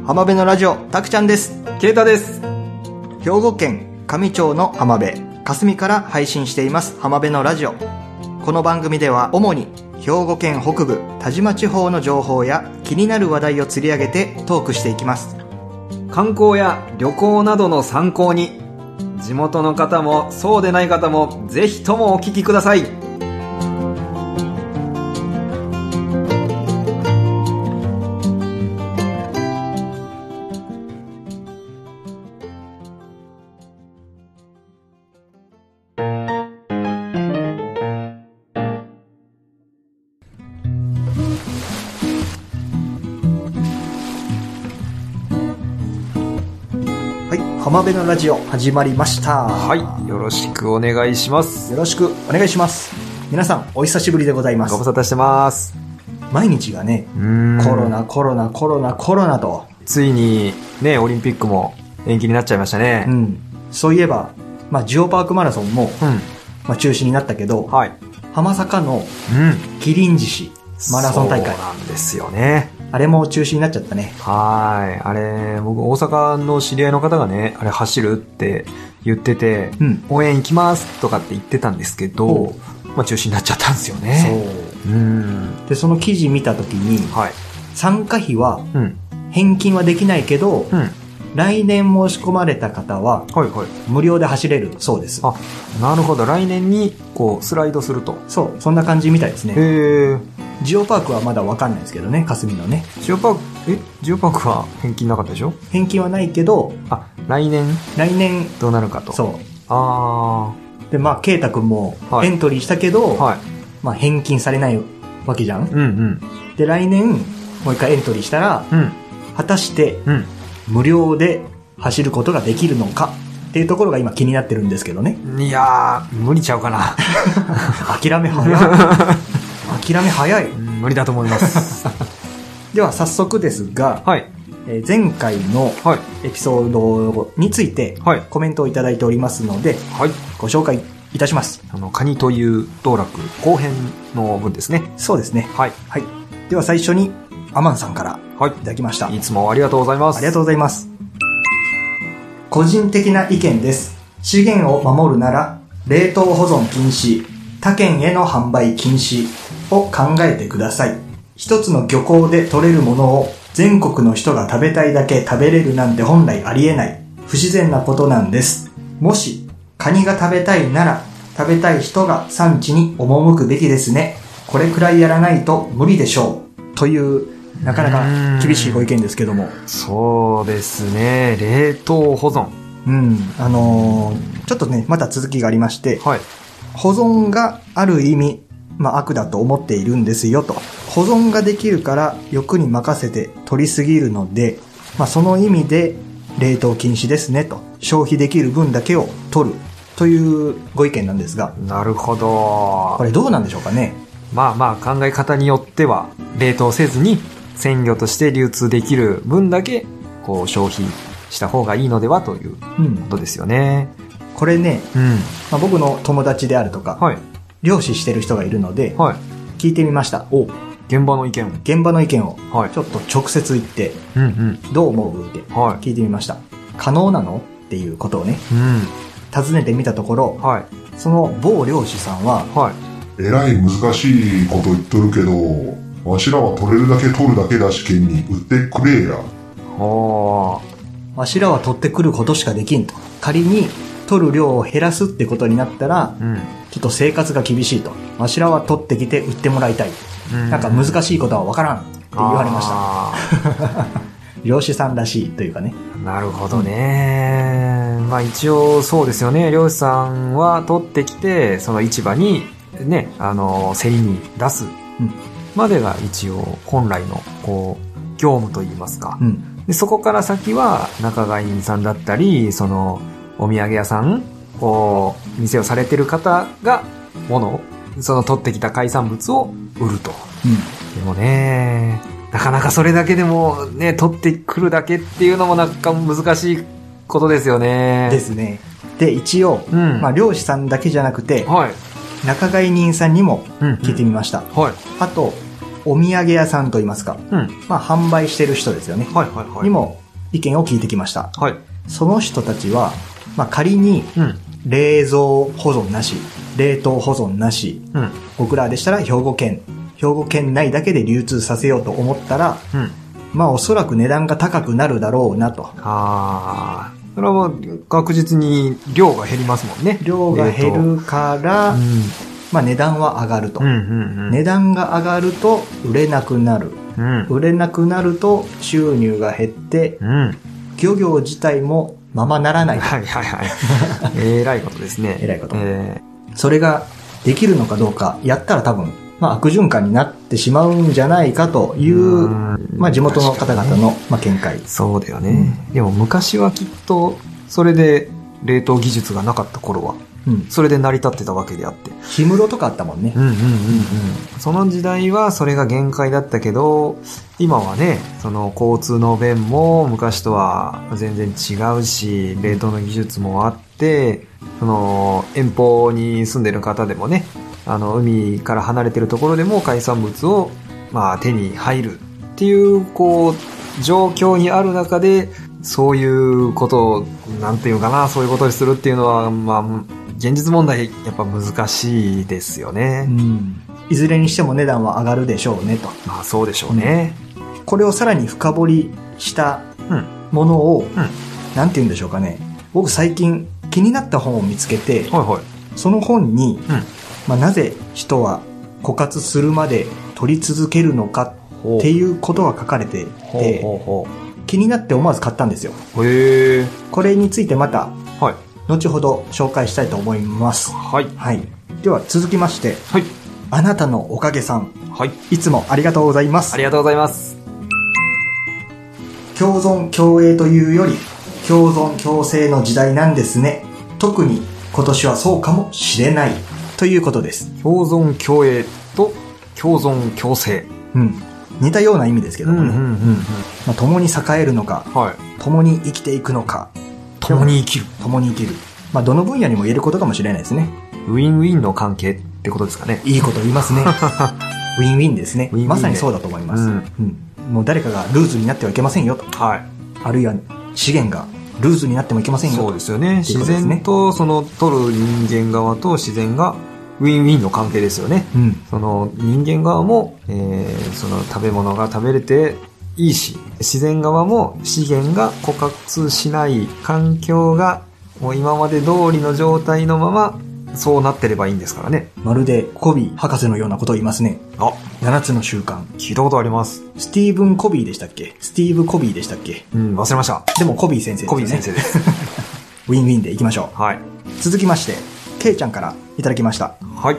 浜辺のラジオ、たくちゃんです。 ケイタです。 兵庫県香美町の浜辺、霞から配信しています浜辺のラジオ。この番組では主に兵庫県北部田島地方の情報や気になる話題を釣り上げてトークしていきます。 観光や旅行などの参考に、地元の方もそうでない方もぜひともお聞きください。 浜辺のラジオ始まりました。 はい、よろしくお願いします。 よろしくお願いします。皆さんお久しぶりでございます。 ご無沙汰してます。 毎日がね、コロナと、 ついにね、オリンピックも延期になっちゃいましたね。 そういえば、ジオパークマラソンも、中止になったけど、 はい、 浜坂のキリン獅子マラソン大会、 そうなんですよね。 あれも中止になっちゃったね。 はい。あれ、僕、大阪の知り合いの方がね、あれ走るって言ってて、応援行きますとかって言ってたんですけど、中止になっちゃったんですよね。 そう。で、その記事見たときに、参加費は、返金はできないけど、来年申し込まれた方は、無料で走れるそうです。 あ、なるほど。来年に、こう、スライドすると。 そう。そんな感じみたいですね。 へー。 ジオパークはまだ分かんないですけどね、霞のね。 ジオパークは返金なかったでしょ？ 返金はないけど、 来年どうなるかと。 そう。で、ケイタ君もエントリーしたけど、返金されないわけじゃん。で、来年もう一回エントリーしたら、果たして、無料で走ることができるのかっていうところが今気になってるんですけどね。 いやー、無理ちゃうかな。 諦め早い。諦め早い。 無理だと思います。 では早速ですが、前回のエピソードについてコメントをいただいておりますので、ご紹介いたします。 カニという道楽後編の分ですね。 そうですね。では最初にアマンさんからいただきました。 いつもありがとうございます。 ありがとうございます。個人的な意見です。資源を守るなら冷凍保存禁止、他県への販売禁止を考えてください。一つの漁港で取れるものを全国の人が食べたいだけ食べれるなんて本来ありえない不自然なことなんです。もしカニが食べたいなら食べたい人が産地に赴くべきですね。これくらいやらないと無理でしょう。というなかなか厳しいご意見ですけども。 そうですね。冷凍保存。 ちょっとね、また続きがありまして、保存がある意味悪だと思っているんですよと。保存ができるから欲に任せて取りすぎるので、その意味で冷凍禁止ですねと。消費できる分だけを取るというご意見なんですが。 なるほど。 これどうなんでしょうかね。 考え方によっては冷凍せずに鮮魚として流通できる分だけこう消費した方がいいのではということですよね。 これね、僕の友達であるとか、漁師してる人がいるので、聞いてみました。 現場の意見をちょっと直接言って、どう思うって聞いてみました。可能なのっていうことをね、尋ねてみたところ、その某漁師さんは、 えらい難しいこと言っとるけど、わしらは取れるだけ取るだけだし県に売ってくれや。 わしらは取ってくることしかできんと。仮に取る量を減らすってことになったら、ちょっと生活が厳しいと。わしらは取ってきて売ってもらいたい。なんか難しいことはわからんって言われました。漁師さんらしいというかね。 なるほどね。一応そうですよね。漁師さんは取ってきて、その市場にね、競りに出すまでが一応本来のこう業務といいますか。でそこから先は仲買人さんだったり、そのお土産屋さん、こう店をされてる方がその取ってきた海産物を売ると。でもね、なかなかそれだけでもね、取ってくるだけっていうのもなんか難しいことですよね。 ですね。で、一応、漁師さんだけじゃなくて、仲買人さんにも聞いてみました。あと、 お土産屋さんといいますか、 うん。 まあ販売してる人ですよね。 はいはいはい。 にも意見を聞いてきました。 はい。 その人たちは、まあ仮にうん。 冷蔵保存なし、冷凍保存なし、 うん。 僕らでしたら兵庫県内だけで流通させようと思ったら、 うん。 まあおそらく値段が高くなるだろうなと。 あー。それはもう確実に量が減りますもんね。 量が減るから、 うん。 まあ値段は上がると。 うんうんうん。 値段が上がると売れなくなる。 うん。 売れなくなると収入が減って、 うん。 漁業自体もままならない。 はいはいはい。えらいことですね。 えらいこと。それができるのかどうか、やったら多分、まあ悪循環になってしまうんじゃないかという、まあ地元の方々の、まあ見解。 そうだよね。でも昔はきっと、それで冷凍技術がなかった頃は、 うん。 それで成り立ってたわけであって。 氷室とかあったもんね。 うんうんうんうん。その時代はそれが限界だったけど、今はね、その交通の便も昔とは全然違うし、冷凍の技術もあって、その遠方に住んでる方でもね、海から離れてるところでも海産物を、まあ手に入るっていう、こう、状況にある中で、そういうことを、なんていうかな、そういうことにするっていうのは、まあ、現実問題、やっぱ難しいですよね。 うん。いずれにしても値段は上がるでしょうねと。 まあそうでしょうね。 これをさらに深掘りしたものを、なんて言うんでしょうかね。僕最近気になった本を見つけて、 はいはい。 その本に、まあ、なぜ人は枯渇するまで取り続けるのかっていうことが書かれていて、気になって思わず買ったんですよ。 へー。 これについてまた、 はい。 後ほど紹介したいと思います。 はい。 はい。では続きまして、 はい。 あなたのおかげさん。 はい。 いつもありがとうございます。 ありがとうございます。 共存共栄というより、共存共生の時代なんですね。特に今年はそうかもしれない。ということです。 共存共栄と共存共生。 うん。似たような意味ですけどもね。まあ、共に栄えるのか、 はい。 共に生きていくのか。 共に生きる。 共に生きる。まあ、どの分野にも言えることかもしれないですね。 ウィンウィンの関係ってことですかね。 いいこと言いますね。ウィンウィンですね。 ウィンウィンでまさにそうだと思います。 うんもう誰かがルーズになってはいけませんよと。 はい。 あるいは資源がルーズになってもいけませんよと。 そうですよね。自っていうことですね然と、その、取る人間側と自然が、ウィンウィンの関係ですよね。 うん。 その、人間側も、その、食べ物が食べれていいし、自然側も資源が枯渇しない環境が、もう今まで通りの状態のまま、そうなってればいいんですからね。 まるでコビー博士のようなことを言いますね。 あ、 7つの習慣。 聞いたことあります。 スティーブン・コビーでしたっけ？スティーブ・コビーでしたっけ？ うん、忘れました。 でもコビー先生ですよね。 コビー先生です。 ウィンウィンでいきましょう。 はい。 続きまして、ケイちゃんからいただきました。 はい。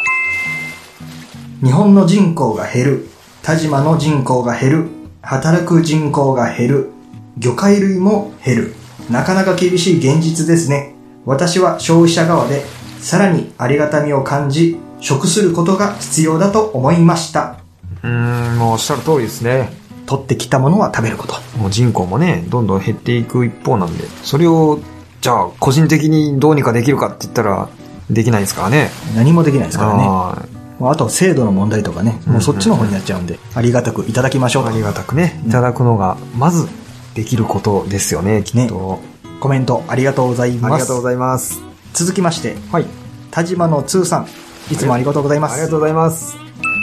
日本の人口が減る。田島の人口が減る。働く人口が減る。魚介類も減る。なかなか厳しい現実ですね。私は消費者側でさらにありがたみを感じ、食することが必要だと思いました。 もうおっしゃる通りですね。 取ってきたものは食べること。 もう人口もね、どんどん減っていく一方なんで、それを、じゃあ、個人的にどうにかできるかって言ったら、できないですからね。 何もできないですからね。 ああと制度の問題とかね、もうそっちの方になっちゃうんで、ありがたくいただきましょう。 ありがたくね、いただくのが、まず、できることですよね、きっと。 コメントありがとうございます。 ありがとうございます。 続きまして、 はい。 田島の通さん、いつもありがとうございます。 ありがとうございます。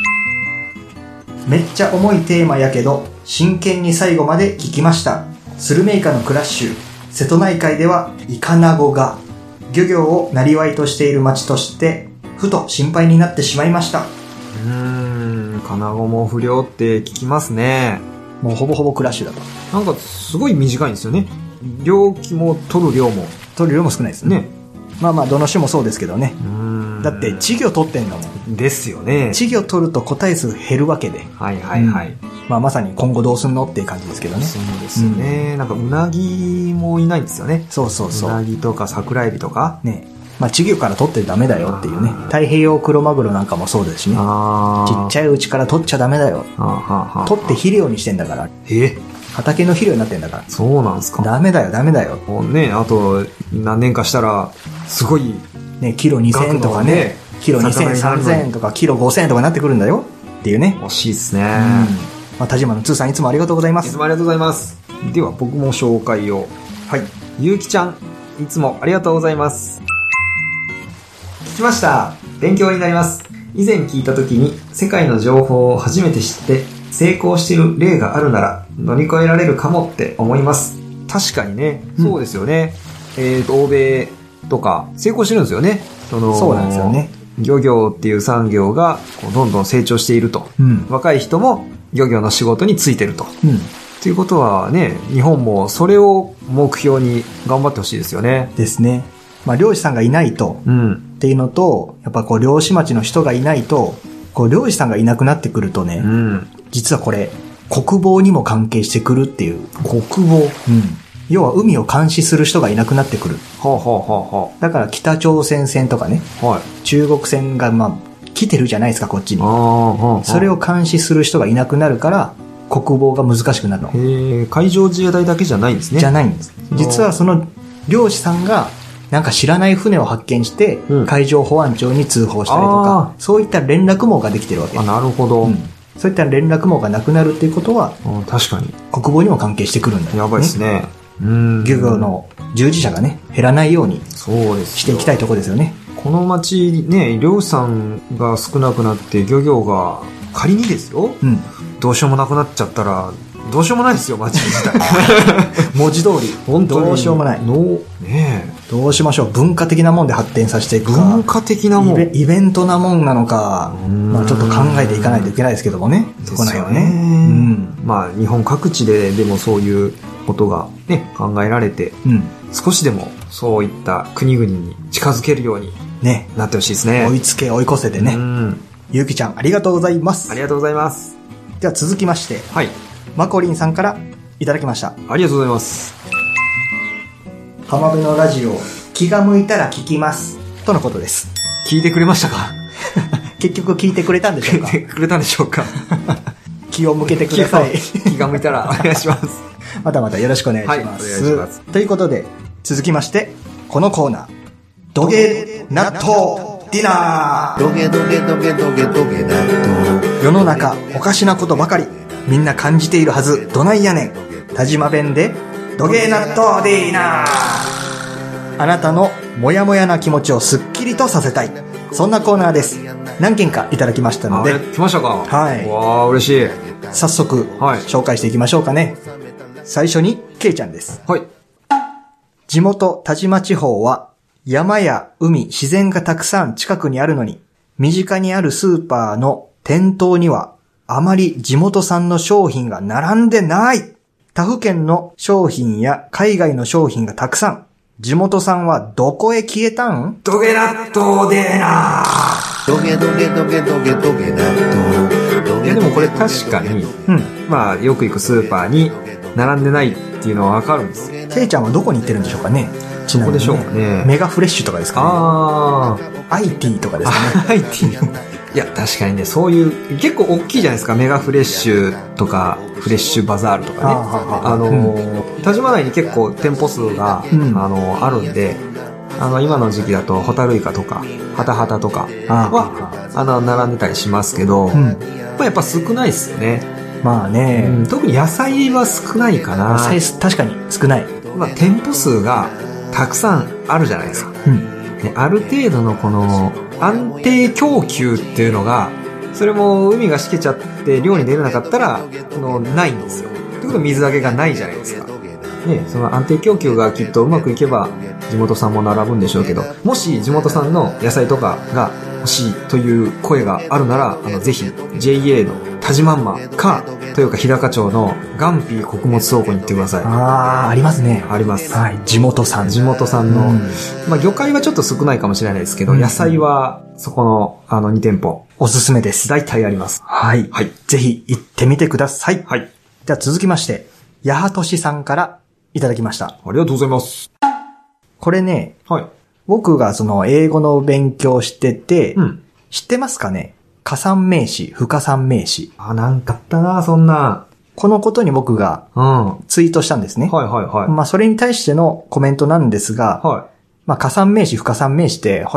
めっちゃ重いテーマやけど、真剣に最後まで聞きました。スルメイカのクラッシュ、瀬戸内海ではイカナゴが、漁業を生りとしている町として、ふと心配になってしまいました。 カナゴも不良って聞きますね。 もうほぼほぼクラッシュだと。 なんかすごい短いんですよね。漁期も取る量も。 取る量も少ないですね。まあまあどの種もそうですけどね。だって稚魚取ってんだもん。 ですよね。 稚魚取ると個体数減るわけで。 はいはいはい。 まあまさに今後どうすんのっていう感じですけどね。 そうですよね。なんかうなぎもいないんですよね。 そうそうそう。 うなぎとか桜エビとか。 ね。まあ稚魚から取ってダメだよっていうね。太平洋クロマグロなんかもそうですしね。ちっちゃいうちから取っちゃダメだよ。取って肥料にしてんだから。畑の肥料になってんだから。 そうなんですか。 ダメだよダメだよ。 ね、あと何年かしたらすごいね、キロ2000円とかね、キロ2000円3000円とかキロ5000円とかなってくるんだよ。 っていうね。 惜しいですね。 まあ、田島の通さんいつもありがとうございまいつす。 もありがとうございます。では僕も紹介を。 はい。 ゆうきちゃん、いつもありがとうございます。聞きました。勉強になります。以前聞いた時に世界の情報を初めて知って成功している例があるなら乗り越えられるかもって思います。確かにね、そうですよね。欧米とか成功してるんですよね。 そうなんですよね。 漁業っていう産業がこうどんどん成長していると。若い人も漁業の仕事についてると。ということはね、日本もそれを目標に頑張ってほしいですよね。 ですね。まあ漁師さんがいないと、っていうのと、やっぱこう漁師町の人がいないと、こう漁師さんがいなくなってくるとね、実はこれ国防にも関係してくるっていう。 国防、 要は海を監視する人がいなくなってくる。だから北朝鮮戦とかね、中国戦がまあ来てるじゃないですか、こっちに。それを監視する人がいなくなるから国防が難しくなるの。 海上自衛隊だけじゃないんですね。 じゃないんです。実はその漁師さんがなんか知らない船を発見して、海上保安庁に通報したりとか、そういった連絡網ができてるわけ。 なるほど。 そういった連絡網がなくなるっていうことは、 確かに国防にも関係してくるんだよね。 やばいですね。 漁業の従事者がね、減らないようにしていきたいところですよね。 この町ね、漁師さんが少なくなって漁業が仮にですよ、どうしようもなくなっちゃったらどうしようもないですよ、町自体。 文字通り。 本当に。 どうしようもない。どうしましょう。文化的なもんで発展させていくか。 文化的なもん。 イベントなもんなのか、まあちょっと考えていかないといけないですけどもね。そこないよね。 まあ日本各地ででもそういうことがね、考えられて、少しでもそういった国々に近づけるようになってほしいですね。 追いつけ追い越せてね。ゆうきちゃんありがとうございます。 ありがとうございます。 では続きまして。 はい。 マコリンさんからいただきました。 ありがとうございます。 浜辺のラジオ、気が向いたら聞きます。とのことです。 聞いてくれましたか？ 結局聞いてくれたんでしょうか？ 聞いてくれたんでしょうか？ 気を向けてください。 気が向いたらお願いします。 またまたよろしくお願いします。 はい、お願いします。 ということで、続きまして、このコーナー、ドゲ納豆ディナー。 ドゲドゲドゲドゲドゲ納豆。 世の中おかしなことばかり。みんな感じているはず、どないやねん。田島弁で、ドゲ納豆ディナー。あなたのモヤモヤな気持ちをスッキリとさせたい。そんなコーナーです。何件かいただきましたので。 来ましたか？ はい。 わー、嬉しい。 早速、紹介していきましょうかね。最初に、ケイちゃんです。 はい。 地元田島地方は、山や海、自然がたくさん近くにあるのに、身近にあるスーパーの店頭には、あまり地元産の商品が並んでない。他府県の商品や海外の商品がたくさん。地元産はどこへ消えたん？ ドゲ納豆でーなー。ドゲドゲドゲドゲドゲ納豆。 いやでもこれ確かに、まあよく行くスーパーに並んでないっていうのはわかるんですよ。 ケイちゃんはどこに行ってるんでしょうかね？ちなみに、 どこでしょうかね。 メガフレッシュとかですかね。IT とかですかね。 IT。いや、確かにね、そういう、結構大きいじゃないですか。メガフレッシュとか、フレッシュバザールとかね。田島内に結構店舗数が、あるんで、今の時期だと、ホタルイカとか、ハタハタとかは、並んでたりしますけど、やっぱ少ないですよね。 まあね、 特に野菜は少ないかな。 野菜確かに少ない。 まあ、店舗数がたくさんあるじゃないですか。ある程度のこの安定供給っていうのが、それも海がしけちゃって漁に出れなかったらないんですよ。ということは水揚げがないじゃないですか。ね、その安定供給がきっとうまくいけば地元産も並ぶんでしょうけど、もし地元産の野菜とかが欲しいという声があるなら、ぜひ JA の田島んまか豊岡日高町のガンピー穀物倉庫に行ってください。 ありますね。 あります。 はい、地元産の、まあ魚介はちょっと少ないかもしれないですけど、野菜はそこの2店舗おすすめです。 大体あります。 はい。はい。ぜひ行ってみてください。 はい。 では続きまして、八幡市さんからいただきました。 ありがとうございます。 これね、 はい。 僕がその英語の勉強してて、知ってますかね？加算名詞、不加算名詞。 なんかあったな、そんな。 このことに僕がツイートしたんですね。 はいはいはい。 まあそれに対してのコメントなんですが、 はい。 まあ加算名詞、不加算名詞って、ほら、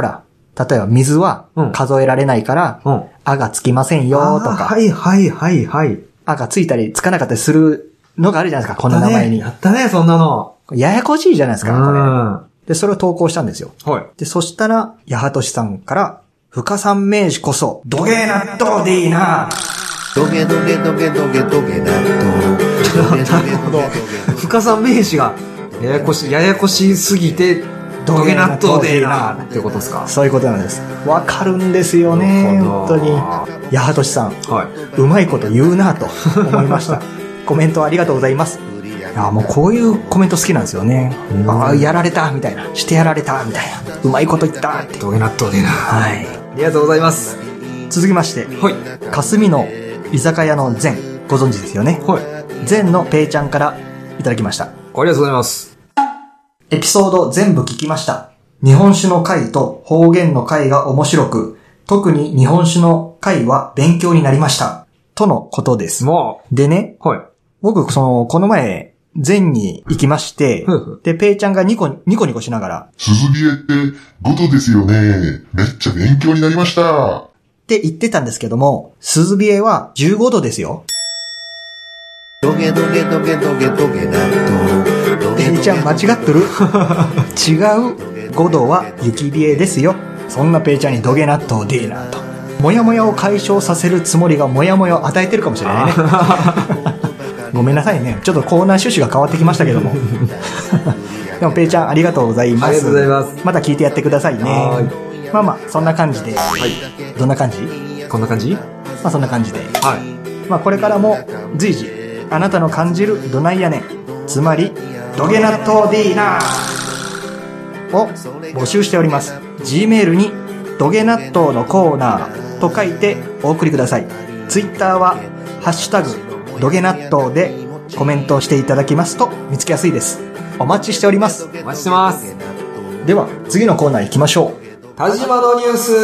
例えば水は数えられないから、あがつきませんよとか。 はいはいはいはい。 あがついたりつかなかったりするのがあるじゃないですか、この名前に。 やったね、そんなの。 ややこしいじゃないですか、これ。で、それを投稿したんですよ。 はい。 で、そしたら、八幡さんから、深三名詞こそ、どげ納豆でいいな。 どげどげどげどげどげ納豆。 なるほど。深三名詞が、ややこしすぎて、どげ納豆でいいな、ってことですか。 そういうことなんです。わかるんですよね、本当に。八幡さん、はい。うまいこと言うなと思いました。コメントありがとうございます。いや、もうこういうコメント好きなんですよね。ああ、やられたみたいな。してやられたみたいな。うまいこと言ったって。 どげ納豆でいいな。 はい。 ありがとうございます。 続きまして。 はい。 霞の居酒屋の善。ご存知ですよね。 はい。 善のペイちゃんからいただきました。 ありがとうございます。 エピソード全部聞きました。日本酒の回と方言の回が面白く、特に日本酒の回は勉強になりました。とのことです。でね。 はい。 僕、この前、善に行きまして、で、ペイちゃんがニコニコしながら、 鈴冷えって5度ですよね。めっちゃ勉強になりました。 って言ってたんですけども、鈴冷えは15度ですよ。 どげどげどげどげどげ納豆。 ペイちゃん間違っとる違う。5度は雪冷えですよ。そんなペイちゃんにどげ納豆でいいなと。もやもやを解消させるつもりがもやもやを与えてるかもしれないね。ごめんなさいね。ちょっとコーナー趣旨が変わってきましたけども。でもペイちゃんありがとうございます。 ありがとうございます。 また聞いてやってくださいね。まあまあ、そんな感じで。はい。どんな感じ？ こんな感じ？ まあそんな感じで。 はい。 まあこれからも随時、あなたの感じるどないやねん。つまり、どげ納豆でいいなを募集しております。Gmail に、どげ納豆のコーナーと書いてお送りください。Twitter は、ハッシュタグ、どげ納豆でコメントしていただきますと見つけやすいです。お待ちしております。 お待ちしてます。 では、次のコーナー行きましょう。 田島のニュース。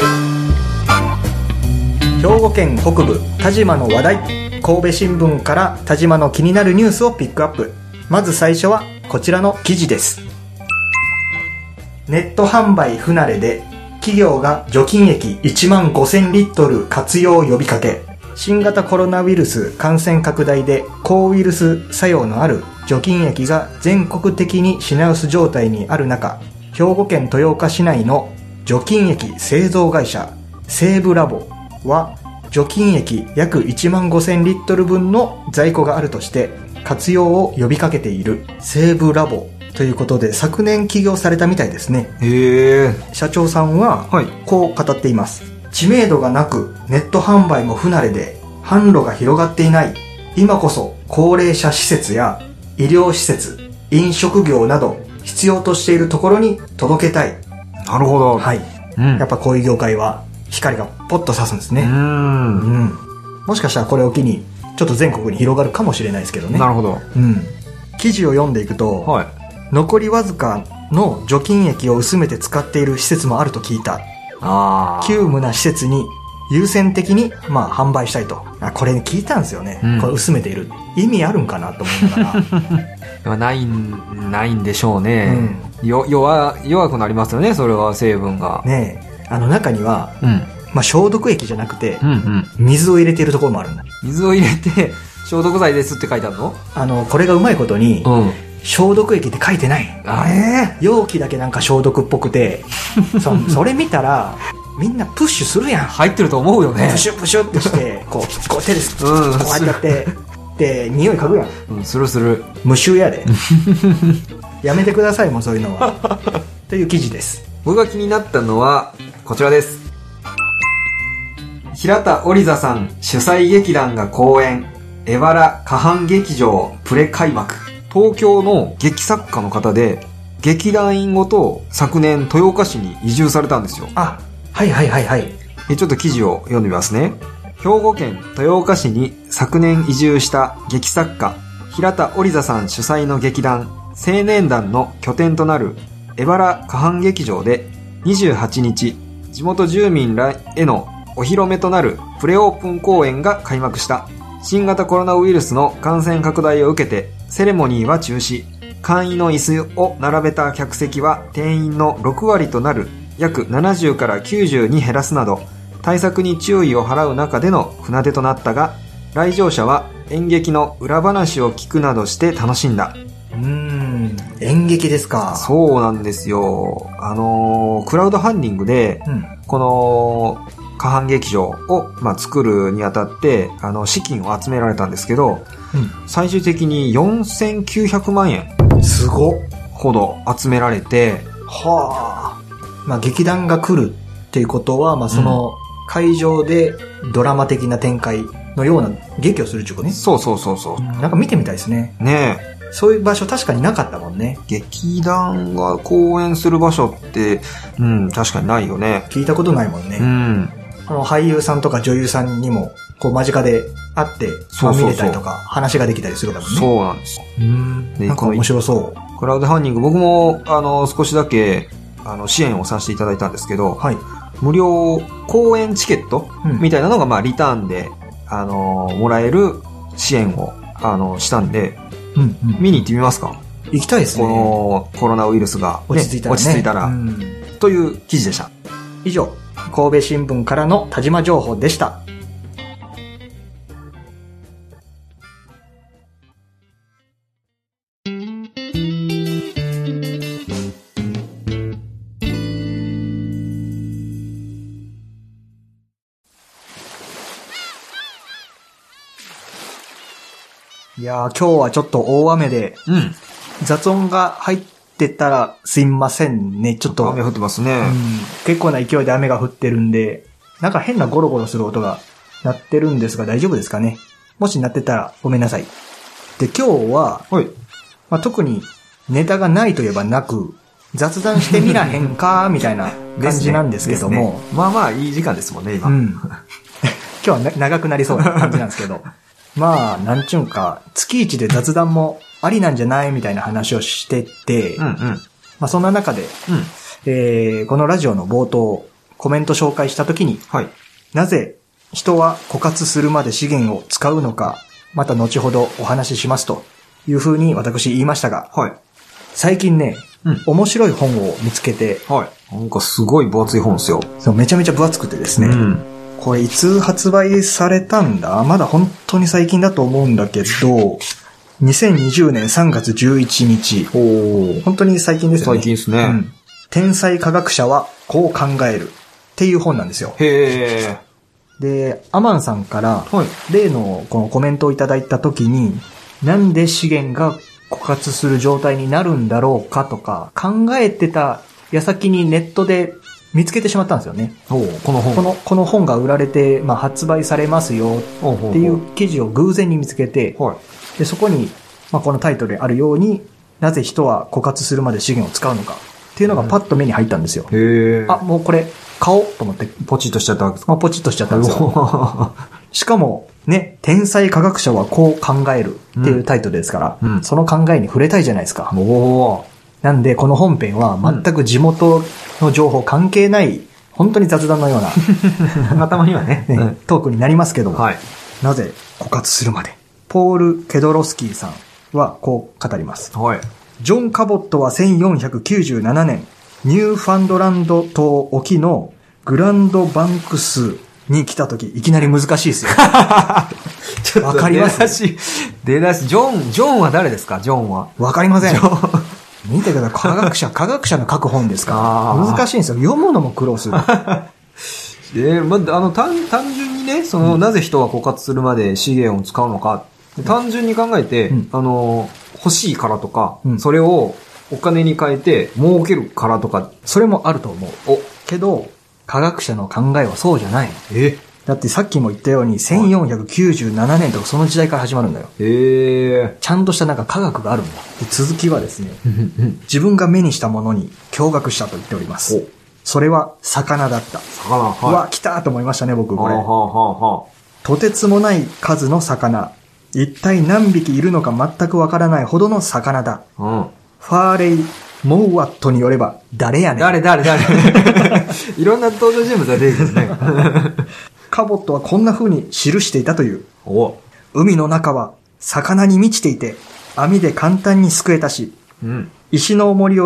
兵庫県北部、田島の話題。神戸新聞から田島の気になるニュースをピックアップ。まず最初はこちらの記事です。ネット販売不慣れで企業が除菌液1万5000リットル活用呼びかけ。新型コロナウイルス感染拡大で抗ウイルス作用のある除菌液が全国的に品薄状態にある中、兵庫県豊岡市内の除菌液製造会社西武ラボは除菌液約1万5000リットル分の在庫があるとして活用を呼びかけている西武ラボということで昨年起業されたみたいですね。 へー。 社長さんはこう語っています。知名度がなくネット販売も不慣れで販路が広がっていない今こそ高齢者施設や医療施設、飲食業など必要としているところに届けたい。 なるほど。 はい。やっぱこういう業界は光がポッと差すんですね。もしかしたらこれを機にちょっと全国に広がるかもしれないですけどね。 なるほど。 記事を読んでいくと、残りわずかの除菌液を薄めて使っている施設もあると聞いた。急務な施設に優先的に販売したいと。これ聞いたんですよね。これ薄めている意味あるんかなと思いながらないんでしょうね。弱くなりますよね、それは成分がね。中には、消毒液じゃなくて、水を入れているところもあるんだ。 水を入れて消毒剤ですって書いてあるの？ これがうまいことに、消毒液って書いてない。容器だけなんか消毒っぽくてそれ見たらみんなプッシュするやん。 入ってると思うよね。 プシュプシュってしてこう手です、こうやってで匂い嗅ぐやん。 する無臭やでやめてくださいもうそういうのはという記事です。 僕が気になったのはこちらです。平田織座さん主催劇団が公演、江原河畔劇場プレ開幕。東京の劇作家の方で劇団員ごと昨年豊岡市に移住されたんですよ。ちょっと記事を読んでみますね。兵庫県豊岡市に昨年移住した劇作家平田織座さん主催の劇団青年団の拠点となる江原河畔劇場で28日、地元住民らへのお披露目となるプレオープン公演が開幕した。新型コロナウイルスの感染拡大を受けてセレモニーは中止。簡易の椅子を並べた客席は定員の6割となる約70から90に減らすなど、対策に注意を払う中での船出となったが、来場者は演劇の裏話を聞くなどして楽しんだ。 演劇ですか。 そうなんですよ。クラウドファンディングで、この、河畔劇場を、作るにあたって、資金を集められたんですけど、最終的に4900万円。 すごっ。 ほど集められて、 はあ。劇団が来るっていうことは、その会場でドラマ的な展開のような劇をするっていうことね。 そう。 なんか見てみたいですね。 ねえ。 そういう場所確かになかったもんね。 劇団が公演する場所って、確かにないよね。 聞いたことないもんね。俳優さんとか女優さんにも、間近で会って、見れたりとか、話ができたりするだもんね。 そうなんです。 なんか面白そう。 クラウドファンディング、僕も、少しだけ、支援をさせていただいたんですけど、はい。無料公演チケットみたいなのが、リターンで、もらえる支援を、したんで、見に行ってみますか？ 行きたいですね。 このコロナウイルスが、 落ち着いたら。 という記事でした。 以上、神戸新聞からの田島情報でした。いやー、今日はちょっと大雨で、雑音が入ってたらすいませんね。ちょっと。 雨降ってますね。 結構な勢いで雨が降ってるんで、なんか変なゴロゴロする音が鳴ってるんですが大丈夫ですかね。もし鳴ってたらごめんなさい。で、今日は、特にネタがないといえばなく、雑談してみらへんかみたいな感じなんですけども。 いい時間ですもんね、今。 今日は長くなりそうな感じなんですけど。なんちゅうんか、月一で雑談もありなんじゃないみたいな話をしてて、そんな中で、このラジオの冒頭、コメント紹介したときに、なぜ人は枯渇するまで資源を使うのか、また後ほどお話ししますというふうに私言いましたが、最近ね、面白い本を見つけて、 なんかすごい分厚い本ですよ。 そう、めちゃめちゃ分厚くてですね、これいつ発売されたんだ？まだ本当に最近だと思うんだけど、2020年3月11日。本当に最近ですよね。 最近ですね。 天才科学者はこう考えるっていう本なんですよ。で、アマンさんから、例のこのコメントをいただいたときに、なんで資源が枯渇する状態になるんだろうかとか、考えてた矢先にネットで見つけてしまったんですよね。この本が売られて、発売されますよっていう記事を偶然に見つけて、でそこに、このタイトルであるように、なぜ人は枯渇するまで資源を使うのかっていうのがパッと目に入ったんですよ。もうこれ買おうと思ってポチッとしちゃったわけですか？ポチッとしちゃったんですよ。しかもね、天才科学者はこう考えるっていうタイトルですから、その考えに触れたいじゃないですか。なんで、この本編は全く地元の情報関係ない、本当に雑談のような、頭にはね、トークになりますけども、なぜ枯渇するまで。ポール・ケドロスキーさんはこう語ります。ジョン・カボットは1497年、ニューファンドランド島沖のグランドバンクスに来たとき、いきなり難しいですよ。わかります？ 出だし、ジョンは誰ですか？ジョンは。 わかりません。見てください。科学者の書く本ですから。難しいんですよ。読むのも苦労する。 単純にね、なぜ人は枯渇するまで資源を使うのか、単純に考えて、欲しいからとか、それをお金に変えて儲けるからとか、 それもあると思う。けど、科学者の考えはそうじゃない。だってさっきも言ったように、1497年とかその時代から始まるんだよ。ちゃんとした科学があるんだ。で続きはですね、自分が目にしたものに驚愕したと言っております。それは魚だった。来たと思いましたね、僕これ。とてつもない数の魚。一体何匹いるのか全くわからないほどの魚だ。ファーレイ・モーワットによれば、誰やねん。 誰いろんな登場人物が出てくるね。 カボットはこんな風に記していたという。海の中は魚に満ちていて、網で簡単にすくえたし、石の重りを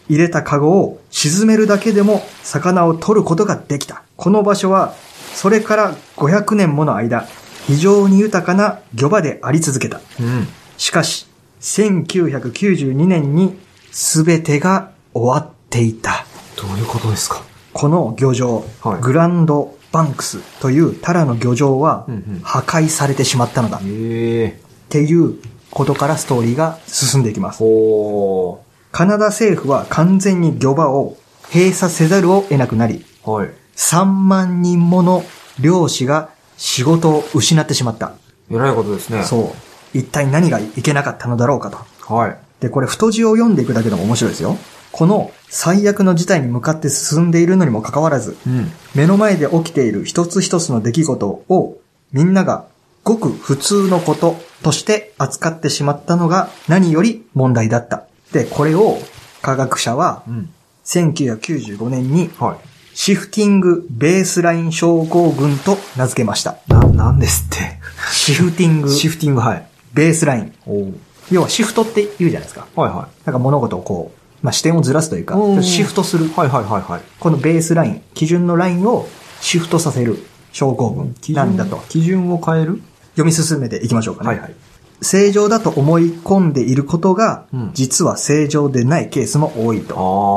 入れたカゴを沈めるだけでも魚を取ることができた。この場所は、それから500年もの間、非常に豊かな漁場であり続けた。しかし、1992年に全てが終わっていた。 どういうことですか？ この漁場、 はい、 グランドバンクスというタラの漁場は破壊されてしまったのだ。っていうことからストーリーが進んでいきます。カナダ政府は完全に漁場を閉鎖せざるを得なくなり、はい、3万人もの漁師が仕事を失ってしまった。 えらいことですね。 そう。一体何がいけなかったのだろうかと。 はい。 で、これ太字を読んでいくだけでも面白いですよ。この最悪の事態に向かって進んでいるのにもかかわらず、目の前で起きている一つ一つの出来事をみんながごく普通のこととして扱ってしまったのが何より問題だった。で、これを科学者は1995年にシフティングベースライン症候群と名付けました。 なんですって。 シフティング、 はい。 ベースライン。要はシフトって言うじゃないですか。 はいはい。 なんか物事をこう、視点をずらすというか、シフトする。 はいはいはいはい。 このベースライン、基準のラインをシフトさせる症候群なんだと。 基準を変える？ 読み進めていきましょうかね。 はいはい。 正常だと思い込んでいることが、実は正常でないケースも多いと。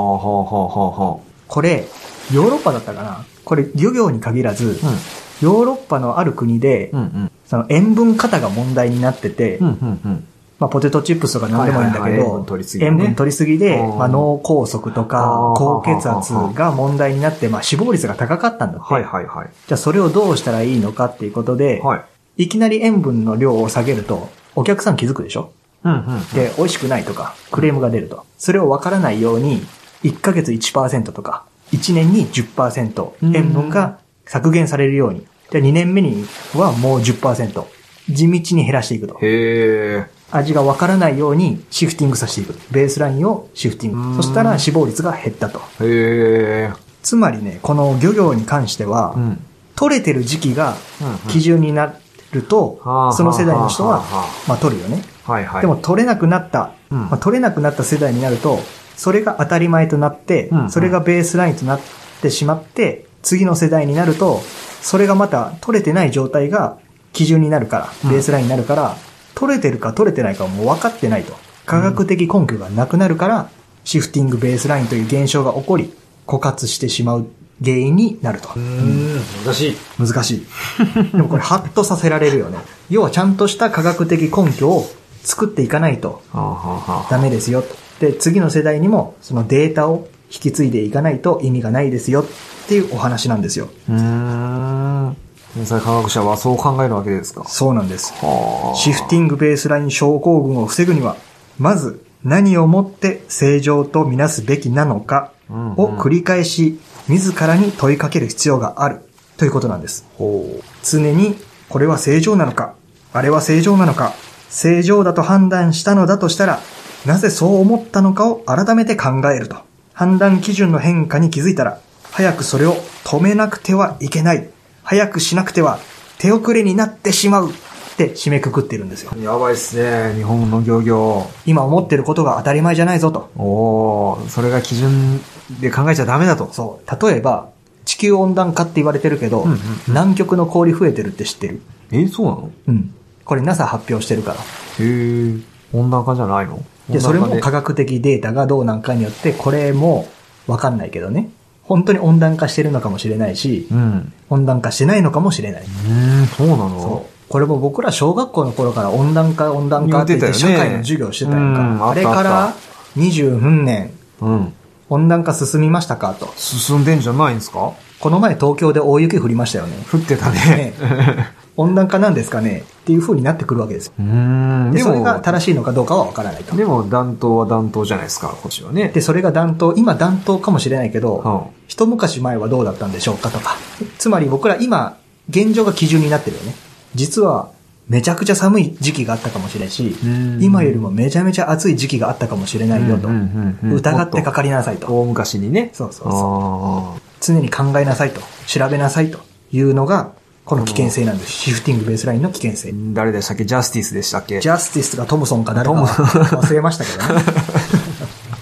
これ、ヨーロッパだったかな？これ、漁業に限らず、ヨーロッパのある国で、その塩分過多が問題になってて、ポテトチップスとか何でもいいんだけど、塩分取りすぎで、脳梗塞とか高血圧が問題になって、死亡率が高かったんだって。じゃあそれをどうしたらいいのかっていうことで、いきなり塩分の量を下げると、お客さん気づくでしょ？で、美味しくないとか、クレームが出ると。それを分からないように、1ヶ月 1% とか、1年に 10% 塩分が削減されるように。じゃあ2年目にはもう 10%。地道に減らしていくと。味が分からないようにシフティングさせていく。ベースラインをシフティング。そしたら死亡率が減ったと。つまりね、この漁業に関しては、取れてる時期が基準になると、その世代の人は、取るよね。でも取れなくなった、取れなくなった世代になると、それが当たり前となって、それがベースラインとなってしまって、次の世代になると、それがまた取れてない状態が基準になるから、ベースラインになるから、取れてるか取れてないかはもう分かってないと。科学的根拠がなくなるから、シフティングベースラインという現象が起こり、枯渇してしまう原因になると。 難しい。 難しい。でもこれハッとさせられるよね。要はちゃんとした科学的根拠を作っていかないとダメですよと。で、次の世代にもそのデータを引き継いでいかないと意味がないですよっていうお話なんですよ。 天才科学者はそう考えるわけですか？ そうなんです。シフティングベースライン症候群を防ぐには、まず何をもって正常とみなすべきなのかを繰り返し自らに問いかける必要があるということなんです。常にこれは正常なのか、あれは正常なのか、正常だと判断したのだとしたら、なぜそう思ったのかを改めて考えると。判断基準の変化に気づいたら、早くそれを止めなくてはいけない。早くしなくては手遅れになってしまうって締めくくってるんですよ。 やばいっすね、日本の漁業。 今思ってることが当たり前じゃないぞと。 それが基準で考えちゃダメだと。 そう。例えば、地球温暖化って言われてるけど、南極の氷増えてるって知ってる？ そうなの？ これ NASA 発表してるから。 温暖化じゃないの？ で、それも科学的データがどうなんかによって、これもわかんないけどね。本当に温暖化してるのかもしれないし、温暖化してないのかもしれない。 そうなの？ そう。これも僕ら小学校の頃から温暖化って言って社会の授業してたやんか。あれから20分年、温暖化進みましたかと。 進んでんじゃないんですか？ この前東京で大雪降りましたよね。 降ってたね。 温暖化なんですかねっていう風になってくるわけです。で、それが正しいのかどうかはわからないと。 でも暖冬は暖冬じゃないですか、こっちはね。 で、それが今暖冬かもしれないけど、一昔前はどうだったんでしょうかとか。つまり僕ら今、現状が基準になってるよね。実は、めちゃくちゃ寒い時期があったかもしれないし、今よりもめちゃめちゃ暑い時期があったかもしれないよと。疑ってかかりなさいと。 大昔にね。 そう。常に考えなさいと。調べなさいというのが、この危険性なんです。シフティングベースラインの危険性。 誰でしたっけ？ジャスティスでしたっけ？ ジャスティスがトムソンか誰か忘れましたけどね。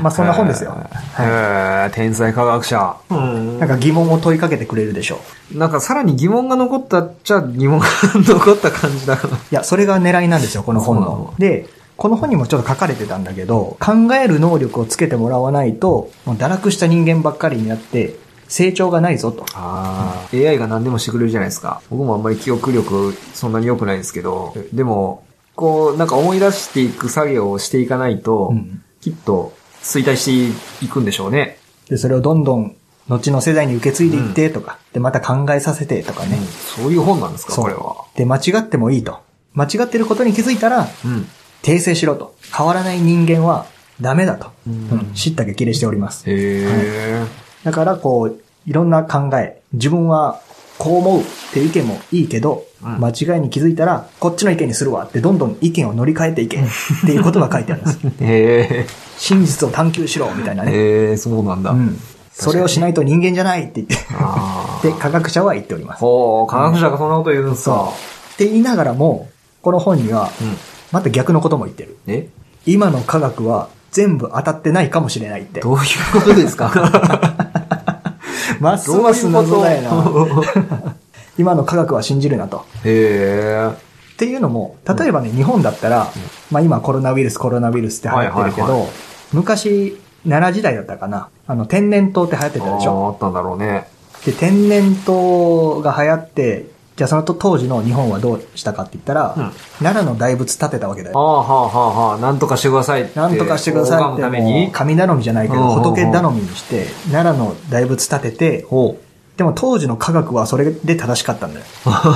まあそんな本ですよ。 天才科学者。 なんか疑問を問いかけてくれるでしょなんかさらに疑問が残ったっちゃ疑問が残った感じだから。 いや、それが狙いなんですよ、この本の。で、この本にもちょっと書かれてたんだけど、考える能力をつけてもらわないと、もう堕落した人間ばっかりになって、成長がないぞと。 AI が何でもしてくれるじゃないですか。僕もあんまり記憶力そんなに良くないですけど、でも、こう、なんか思い出していく作業をしていかないと、きっと衰退していくんでしょうね。 で、それをどんどん後の世代に受け継いでいってとか、で、また考えさせてとかね。 そういう本なんですか、これは。 で、間違ってもいいと。間違ってることに気づいたら、訂正しろと。変わらない人間はダメだと。知った激励しております。だから、こう、いろんな考え、自分はこう思うっていう意見もいいけど、間違いに気づいたら、こっちの意見にするわってどんどん意見を乗り換えていけっていうことが書いてあるんです。真実を探求しろみたいなね。 そうなんだ。 それをしないと人間じゃないって言ってで、科学者は言っております。 科学者がそんなこと言うんですか。 って言いながらも、この本には、また逆のことも言ってる。今の科学は全部当たってないかもしれないって。 どういうことですかますます謎だよな。今の科学は信じるなと。っていうのも、例えばね、日本だったら、まあ今コロナウイルスって流行ってるけど、昔、奈良時代だったかな。天然痘って流行ってたでしょ。 あったんだろうね。 で、天然痘が流行って、じゃあその当時の日本はどうしたかって言ったら、奈良の大仏建てたわけだよ。 なんとかしてくださいって。 なんとかしてくださいって、もう神頼みじゃないけど、仏頼みにして、奈良の大仏建てて、でも当時の科学はそれで正しかったんだよ。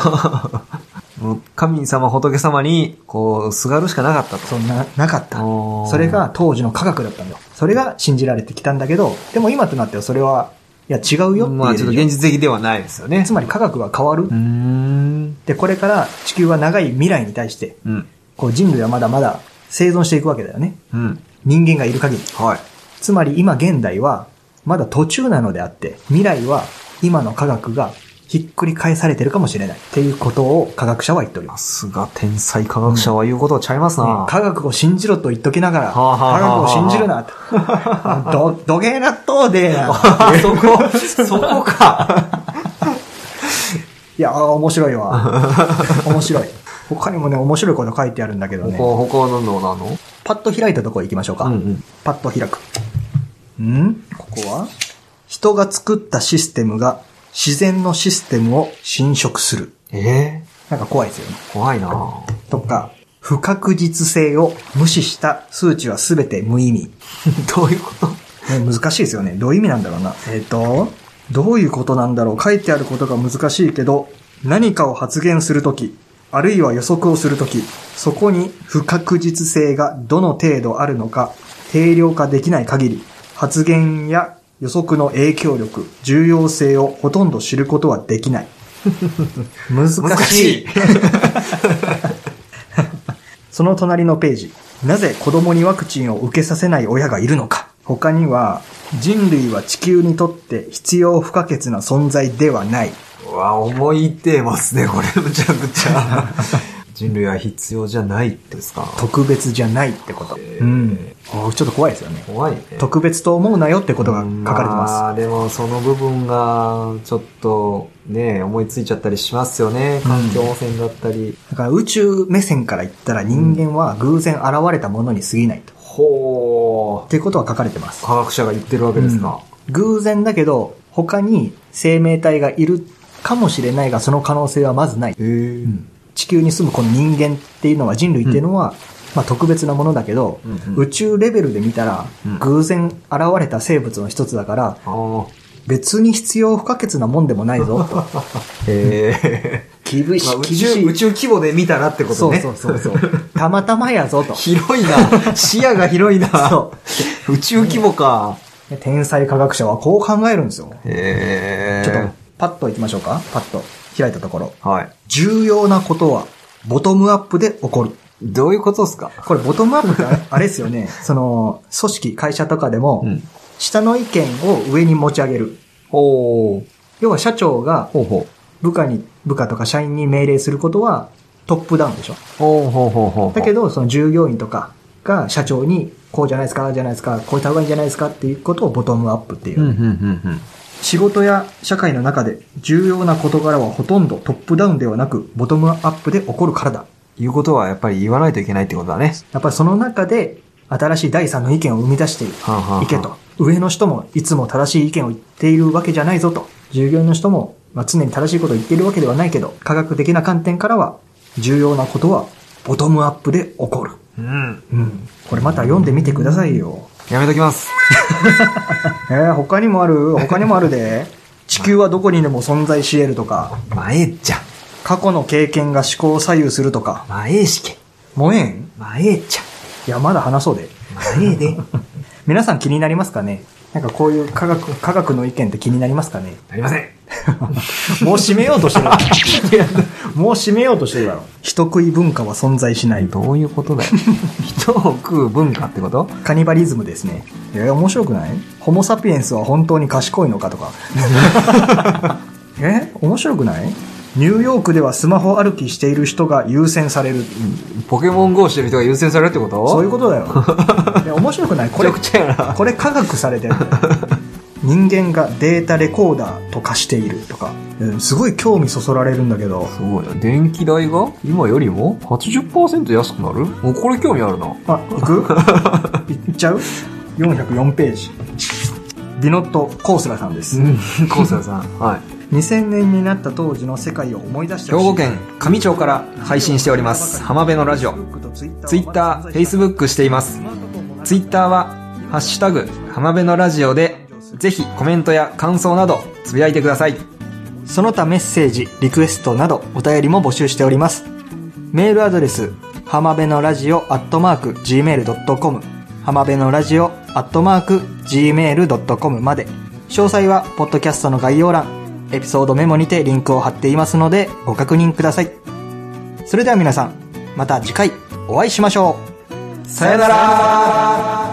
神様、仏様に、こう、すがるしかなかったと。 そう、なかった。それが当時の科学だったんだよ。それが信じられてきたんだけど、でも今となってはそれは、いや違うよっていう。 まあちょっと現実的ではないですよね。 つまり科学は変わる。で、これから地球は長い未来に対して、こう人類はまだまだ生存していくわけだよね。人間がいる限り。つまり今現代はまだ途中なのであって、未来は今の科学がひっくり返されてるかもしれないっていうことを科学者は言っております。 さすが天才科学者は言うことはちゃいますな。 科学を信じろと言っときながら、科学を信じるなと。どげーなっとうでーな。 そこか。 いや、面白いわ。面白い。他にもね、面白いこと書いてあるんだけどね。 他は何のパッと開いたところ行きましょうか。パッと開く。ここは人が作ったシステムが自然のシステムを侵食する。なんか怖いですよね。 怖いなとか、不確実性を無視した数値はすべて無意味。 どういうこと？ 難しいですよね。どういう意味なんだろうな。どういうことなんだろう。書いてあることが難しいけど、何かを発言するとき、あるいは予測をするとき、そこに不確実性がどの程度あるのか、定量化できない限り、発言や予測の影響力、重要性をほとんど知ることはできない。難しい。その隣のページ。なぜ子供にワクチンを受けさせない親がいるのか。他には、人類は地球にとって必要不可欠な存在ではない。 思いてますね、これむちゃくちゃ。人類は必要じゃないってですか。 特別じゃないってこと。ちょっと怖いですよね。 怖いね。 特別と思うなよってことが書かれてます。 でもその部分がちょっとね、思いついちゃったりしますよね。環境汚染だったり。 だから宇宙目線から言ったら人間は偶然現れたものに過ぎないと。っていうことは書かれてます。 科学者が言ってるわけですか。 偶然だけど他に生命体がいるかもしれないが、その可能性はまずない。地球に住むこの人間っていうのは、人類っていうのは、まあ特別なものだけど、宇宙レベルで見たら、偶然現れた生物の一つだから、別に必要不可欠なもんでもないぞと。厳しい。 宇宙規模で見たらってことね。 そう。たまたまやぞと。 広いな。視野が広いな。宇宙規模か。 天才科学者はこう考えるんですよ。ちょっとパッと行きましょうか。パッと開いたところ。重要なことはボトムアップで起こる。 どういうことですか？ これボトムアップってあれですよね。その組織、会社とかでも、下の意見を上に持ち上げる。要は社長が部下とか社員に命令することはトップダウンでしょ。だけどその従業員とかが社長にこうじゃないですか、ああじゃないですか、こういった方がいいんじゃないですかっていうことをボトムアップっていう。仕事や社会の中で重要な事柄はほとんどトップダウンではなく、ボトムアップで起こるからだ。 いうことはやっぱり言わないといけないってことだね。 やっぱりその中で、新しい第三の意見を生み出していけと。上の人もいつも正しい意見を言っているわけじゃないぞと。従業員の人も、常に正しいことを言っているわけではないけど、科学的な観点からは、重要なことはボトムアップで起こる。これまた読んでみてくださいよ。 やめときます。 他にもあるで。地球はどこにでも存在し得るとか。 まあええっちゃ。 過去の経験が思考を左右するとか。 まあええしけ。 もうええん？ まあええっちゃ。 いや、まだ話そうで。 まあええで。 皆さん気になりますかね？なんかこういう科学の意見って気になりますかね？ なりません。 もう締めようとしてる。もう締めようとしてるだろ。人食い文化は存在しない。 どういうことだよ。人を食う文化ってこと？ カニバリズムですね。面白くない？ホモサピエンスは本当に賢いのかとか。面白くない？ニューヨークではスマホ歩きしている人が優先される。 ポケモン GO してる人が優先されるってこと？ そういうことだよ。面白くない？これ科学されてる。人間がデータレコーダーと化しているとか、すごい興味そそられるんだけど。 すごいな。電気代が今よりも 80% 安くなる？もうこれ興味あるな。 あ、行く？行っちゃう？ 404 ページ。ビノット・コースラさんです。 コースラさん。はい。 2000年になった当時の世界を思い出してほしい。 兵庫県上町から配信しております浜辺のラジオ。ツイッター、フェイスブックしています。ツイッターはハッシュタグ浜辺のラジオでぜひコメントや感想などつぶやいてください。 その他メッセージ、リクエストなどお便りも募集しております。メールアドレス浜辺のラジオ@gmail.com 浜辺のラジオ@gmail.com まで。詳細はポッドキャストの概要欄、エピソードメモにてリンクを貼っていますのでご確認ください。それでは皆さん、また次回お会いしましょう。さよなら。